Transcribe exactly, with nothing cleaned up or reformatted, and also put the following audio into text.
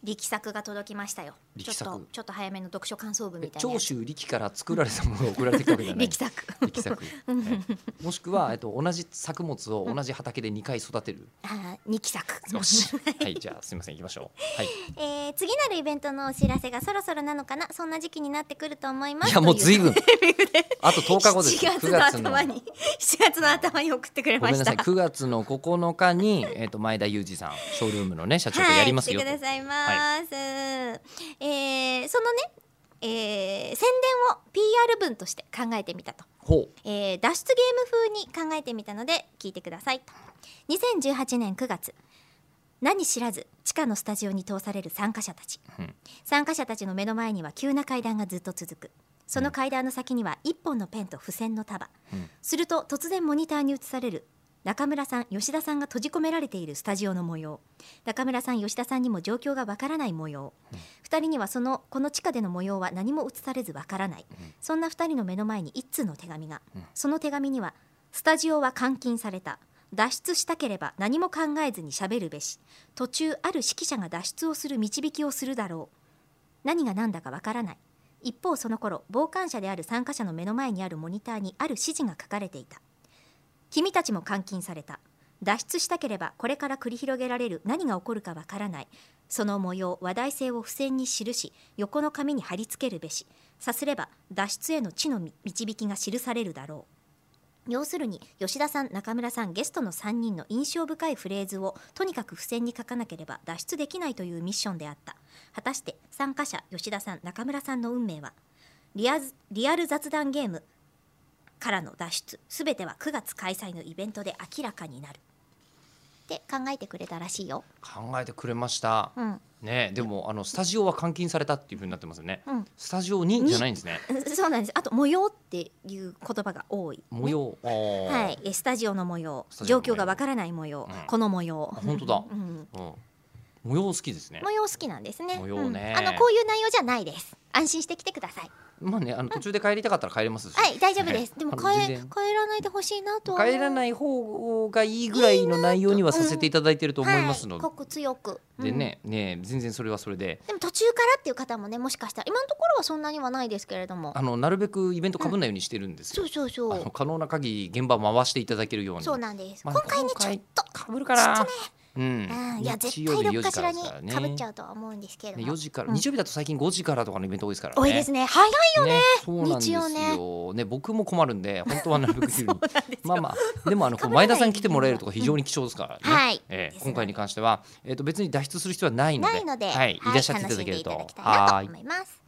力作が届きましたよ。ちょっとちょっと早めの読書感想文みたいな。 長州力から作られたものが送られてきたわけじゃない。 力作。 力作。もしくはえっと同じ作物を同じ畑でにかい育てる。 ああ、二期作。 よし。はい、じゃあすみません行きましょう。はい。 えー、次なるイベントのお知らせがそろそろなのかな。そんな時期になってくると思います。 いやもうずいぶん。あととおかごです。 しちがつの頭にしちがつの頭に送ってくれました。 ごめんなさい。くがつのここのかにえっと前田裕二さんショールームのね社長とやりますよ。 はい、来てくださいます。はい、えー、そのね、えー、宣伝を ピーアール 文として考えてみたと。 ほう、 えー、脱出ゲーム風に考えてみたので聞いてくださいと。にせんじゅうはちねんくがつ、何知らず地下のスタジオに通される参加者たち、うん、参加者たちの目の前には急な階段がずっと続く。その階段の先には一本のペンと付箋の束、うん、すると突然モニターに映される中村さん、吉田さんが閉じ込められているスタジオの模様。中村さん、吉田さんにも状況がわからない模様、うん、ふたりにはそのこの地下での模様は何も映されずわからない、うん、そんなふたりの目の前に一通の手紙が、うん、その手紙にはスタジオは監禁された、脱出したければ何も考えずにしゃべるべし、途中ある指揮者が脱出をする導きをするだろう。何が何だかわからない。一方その頃、傍観者である参加者の目の前にあるモニターにある指示が書かれていた。君たちも監禁された。脱出したければこれから繰り広げられる何が起こるかわからない。その模様、話題性を付箋に記し、横の紙に貼り付けるべし。さすれば脱出への地の導きが記されるだろう。要するに吉田さん、中村さん、ゲストのさんにんの印象深いフレーズをとにかく付箋に書かなければ脱出できないというミッションであった。果たして参加者吉田さん、中村さんの運命は。リアズ、リアル雑談ゲームからの脱出、すべてはくがつ開催のイベントで明らかになるって考えてくれたらしいよ。 考えてくれました、うん、ね。でもあのスタジオは監禁されたっていう風になってますよね、うん、スタジオにじゃないんですね。 そうなんです。あと模様っていう言葉が多い、ね、 模様、 はい、スタジオの模様、状況がわからない模様、うん、この模様。 本当だ、うんうん、模様好きですね。 模様好きなんですね。 模様ね、 うん、あのこういう内容じゃないです。安心してきてください。 まあね、あの途中で帰りたかったら帰れますし。 はい、大丈夫です。でも帰帰らないでほしいなと。 帰らない方がいいぐらいの内容にはさせていただいていると思いますので。 濃く強く。 でね、ね、全然それはそれで。 でも途中からっていう方もね、もしかしたら今のところはそんなにはないですけれども。 あのなるべくイベント被んないようにしてるんですよ。 そうそうそう。 あの可能な限り現場回していただけるように。 そうなんです。今回ねちょっと被るから。 うん、いや絶対どっかしらにかぶっちゃうとは思うんですけれども、 よじから、日曜日だと最近ごじからとかのイベント多いですからね。 多いですね。早いよね。 そうなんですよね。僕も困るんで本当はなるべく昼にまあまあでもあの前田さん来てもらえるとか非常に貴重ですからね。はい。今回に関してはえっと別に脱出する必要はないので、はい、いらっしゃっていただけると。 はい、楽しんでいただきたいなと思います。